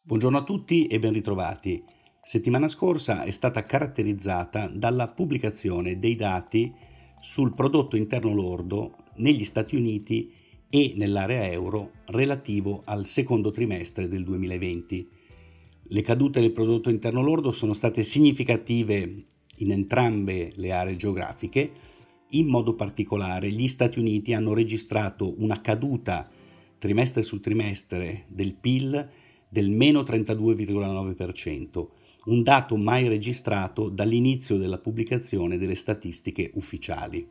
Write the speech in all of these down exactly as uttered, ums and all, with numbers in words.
Buongiorno a tutti e ben ritrovati. Settimana scorsa è stata caratterizzata dalla pubblicazione dei dati sul prodotto interno lordo negli Stati Uniti e nell'area euro relativo al secondo trimestre del duemilaventi. Le cadute del prodotto interno lordo sono state significative in entrambe le aree geografiche. In modo particolare gli Stati Uniti hanno registrato una caduta trimestre su trimestre del P I L del meno trentadue virgola nove per cento, un dato mai registrato dall'inizio della pubblicazione delle statistiche ufficiali.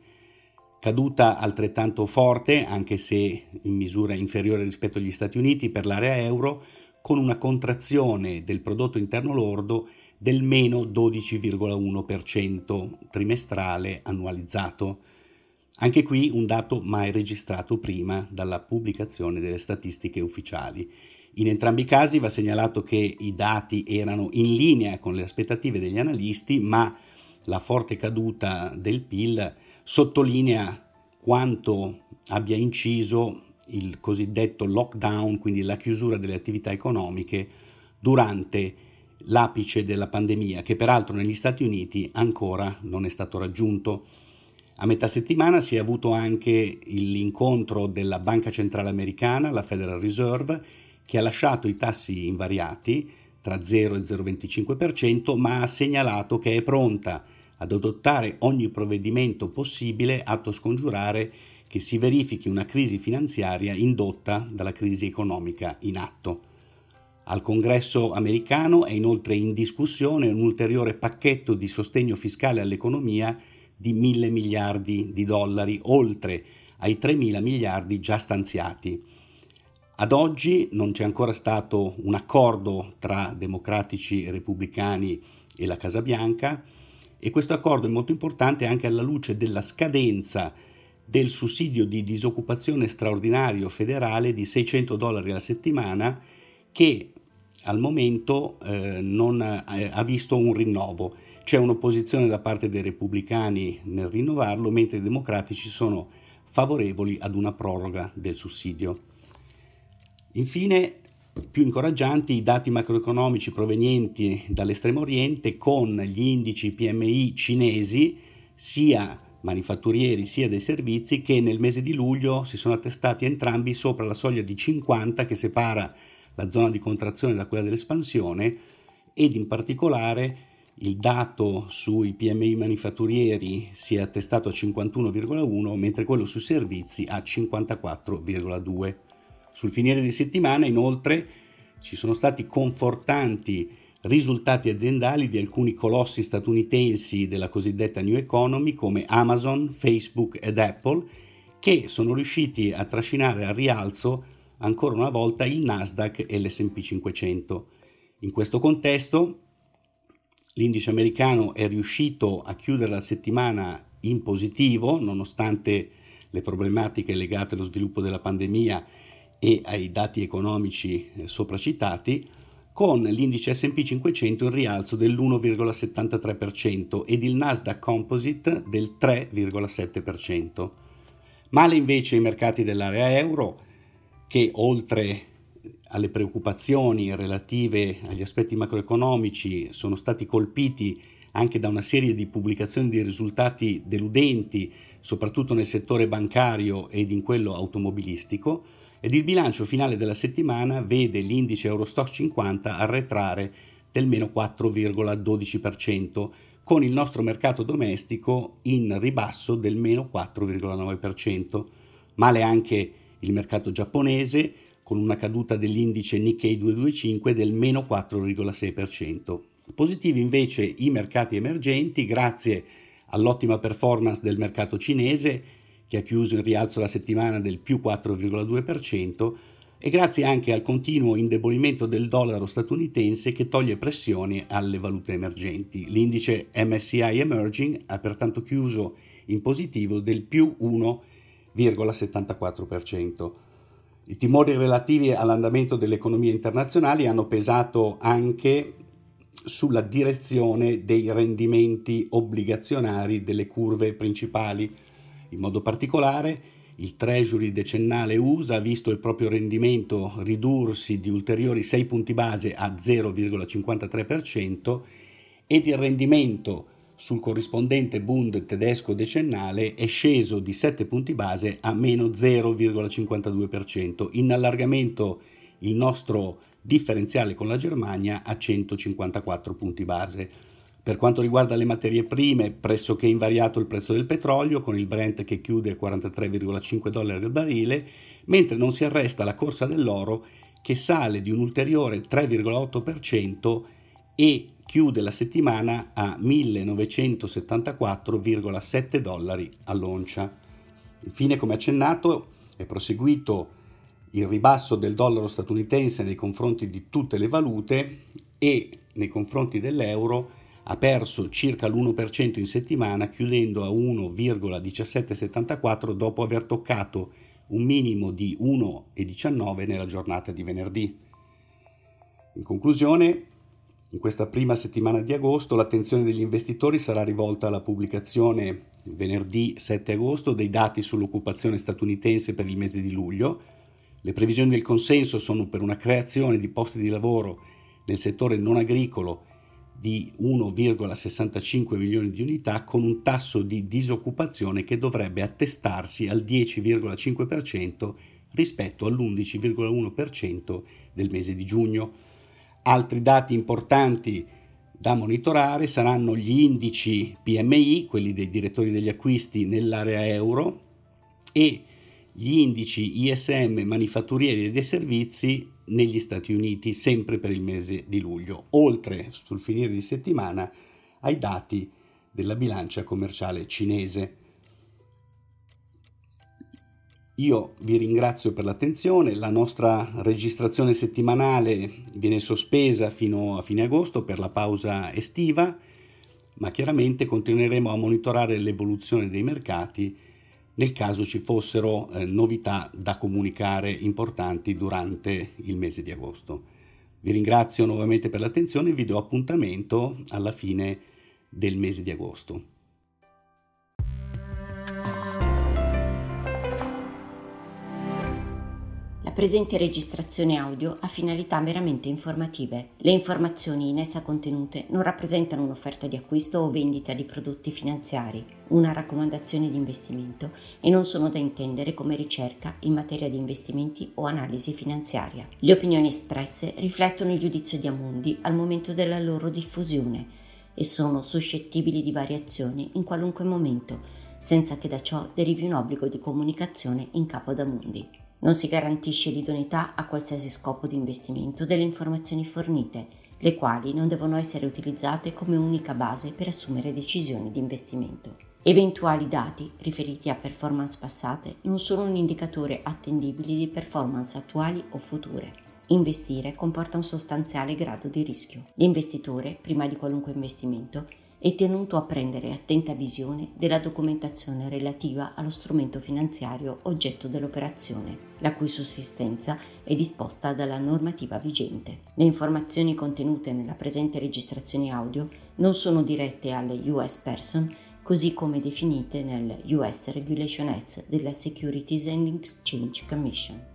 Caduta altrettanto forte, anche se in misura inferiore rispetto agli Stati Uniti, per l'area euro, con una contrazione del prodotto interno lordo del meno dodici virgola uno per cento trimestrale annualizzato. Anche qui un dato mai registrato prima dalla pubblicazione delle statistiche ufficiali. In entrambi i casi va segnalato che i dati erano in linea con le aspettative degli analisti, ma la forte caduta del P I L sottolinea quanto abbia inciso il cosiddetto lockdown, quindi la chiusura delle attività economiche durante l'apice della pandemia, che peraltro negli Stati Uniti ancora non è stato raggiunto. A metà settimana si è avuto anche l'incontro della Banca Centrale Americana, la Federal Reserve, che ha lasciato i tassi invariati tra zero e zero virgola venticinque per cento, ma ha segnalato che è pronta ad adottare ogni provvedimento possibile atto a scongiurare che si verifichi una crisi finanziaria indotta dalla crisi economica in atto. Al Congresso americano è inoltre in discussione un ulteriore pacchetto di sostegno fiscale all'economia di mille miliardi di dollari, oltre ai tremila miliardi già stanziati. Ad oggi non c'è ancora stato un accordo tra democratici e repubblicani e la Casa Bianca, e questo accordo è molto importante anche alla luce della scadenza del sussidio di disoccupazione straordinario federale di seicento dollari alla settimana, che al momento eh, non ha, ha visto un rinnovo. C'è un'opposizione da parte dei repubblicani nel rinnovarlo, mentre i democratici sono favorevoli ad una proroga del sussidio. Infine, più incoraggianti i dati macroeconomici provenienti dall'estremo oriente, con gli indici P M I cinesi, sia manifatturieri sia dei servizi, che nel mese di luglio si sono attestati entrambi sopra la soglia di cinquanta che separa la zona di contrazione da quella dell'espansione, ed in particolare il dato sui P M I manifatturieri si è attestato a cinquantuno virgola uno, mentre quello sui servizi a cinquantaquattro virgola due. Sul finire di settimana, inoltre, ci sono stati confortanti risultati aziendali di alcuni colossi statunitensi della cosiddetta New Economy come Amazon, Facebook ed Apple, che sono riusciti a trascinare al rialzo ancora una volta il Nasdaq e l'S and P cinquecento. In questo contesto, l'indice americano è riuscito a chiudere la settimana in positivo, nonostante le problematiche legate allo sviluppo della pandemia e ai dati economici sopracitati, con l'indice S and P cinquecento in rialzo dell'uno virgola settantatré per cento ed il Nasdaq Composite del tre virgola sette per cento. Male invece i mercati dell'area euro, che oltre alle preoccupazioni relative agli aspetti macroeconomici sono stati colpiti anche da una serie di pubblicazioni di risultati deludenti, soprattutto nel settore bancario ed in quello automobilistico, ed il bilancio finale della settimana vede l'indice Eurostoxx cinquanta arretrare del meno quattro virgola dodici per cento, con il nostro mercato domestico in ribasso del meno quattro virgola nove per cento. Male anche il mercato giapponese, con una caduta dell'indice Nikkei duecentoventicinque del meno quattro virgola sei per cento. Positivi invece i mercati emergenti, grazie all'ottima performance del mercato cinese, che ha chiuso in rialzo la settimana del più quattro virgola due per cento, e grazie anche al continuo indebolimento del dollaro statunitense, che toglie pressione alle valute emergenti. L'indice M S C I Emerging ha pertanto chiuso in positivo del più uno virgola settantaquattro per cento. I timori relativi all'andamento delle economie internazionali hanno pesato anche sulla direzione dei rendimenti obbligazionari delle curve principali. In modo particolare, il Treasury decennale U S A ha visto il proprio rendimento ridursi di ulteriori sei punti base a zero virgola cinquantatré per cento ed il rendimento sul corrispondente Bund tedesco decennale è sceso di sette punti base a meno zero virgola cinquantadue per cento, in allargamento il nostro differenziale con la Germania a centocinquantaquattro punti base. Per quanto riguarda le materie prime, pressoché invariato il prezzo del petrolio, con il Brent che chiude a quarantatré virgola cinque dollari al barile, mentre non si arresta la corsa dell'oro che sale di un ulteriore tre virgola otto per cento e chiude la settimana a millenovecentosettantaquattro virgola sette dollari all'oncia. Infine, come accennato, è proseguito il ribasso del dollaro statunitense nei confronti di tutte le valute e nei confronti dell'euro ha perso circa l'uno per cento in settimana, chiudendo a uno virgola diciassettesettantaquattro dopo aver toccato un minimo di uno virgola diciannove nella giornata di venerdì. In conclusione, in questa prima settimana di agosto l'attenzione degli investitori sarà rivolta alla pubblicazione venerdì sette agosto dei dati sull'occupazione statunitense per il mese di luglio. Le previsioni del consenso sono per una creazione di posti di lavoro nel settore non agricolo di uno virgola sessantacinque milioni di unità, con un tasso di disoccupazione che dovrebbe attestarsi al dieci virgola cinque per cento rispetto all'undici virgola uno per cento del mese di giugno. Altri dati importanti da monitorare saranno gli indici P M I, quelli dei direttori degli acquisti nell'area euro, e gli indici I S M manifatturieri e dei servizi negli Stati Uniti, sempre per il mese di luglio, oltre, sul finire di settimana, ai dati della bilancia commerciale cinese. Io vi ringrazio per l'attenzione. La nostra registrazione settimanale viene sospesa fino a fine agosto per la pausa estiva, ma chiaramente continueremo a monitorare l'evoluzione dei mercati nel caso ci fossero eh, novità da comunicare importanti durante il mese di agosto. Vi ringrazio nuovamente per l'attenzione e vi do appuntamento alla fine del mese di agosto. La presente registrazione audio ha finalità meramente informative. Le informazioni in essa contenute non rappresentano un'offerta di acquisto o vendita di prodotti finanziari, una raccomandazione di investimento e non sono da intendere come ricerca in materia di investimenti o analisi finanziaria. Le opinioni espresse riflettono il giudizio di Amundi al momento della loro diffusione e sono suscettibili di variazioni in qualunque momento, senza che da ciò derivi un obbligo di comunicazione in capo ad Amundi. Non si garantisce l'idoneità a qualsiasi scopo di investimento delle informazioni fornite, le quali non devono essere utilizzate come unica base per assumere decisioni di investimento. Eventuali dati riferiti a performance passate non sono un indicatore attendibile di performance attuali o future. Investire comporta un sostanziale grado di rischio. L'investitore, prima di qualunque investimento, è tenuto a prendere attenta visione della documentazione relativa allo strumento finanziario oggetto dell'operazione, la cui sussistenza è disposta dalla normativa vigente. Le informazioni contenute nella presente registrazione audio non sono dirette alle U S Person, così come definite nel U S Regulation Act della Securities and Exchange Commission.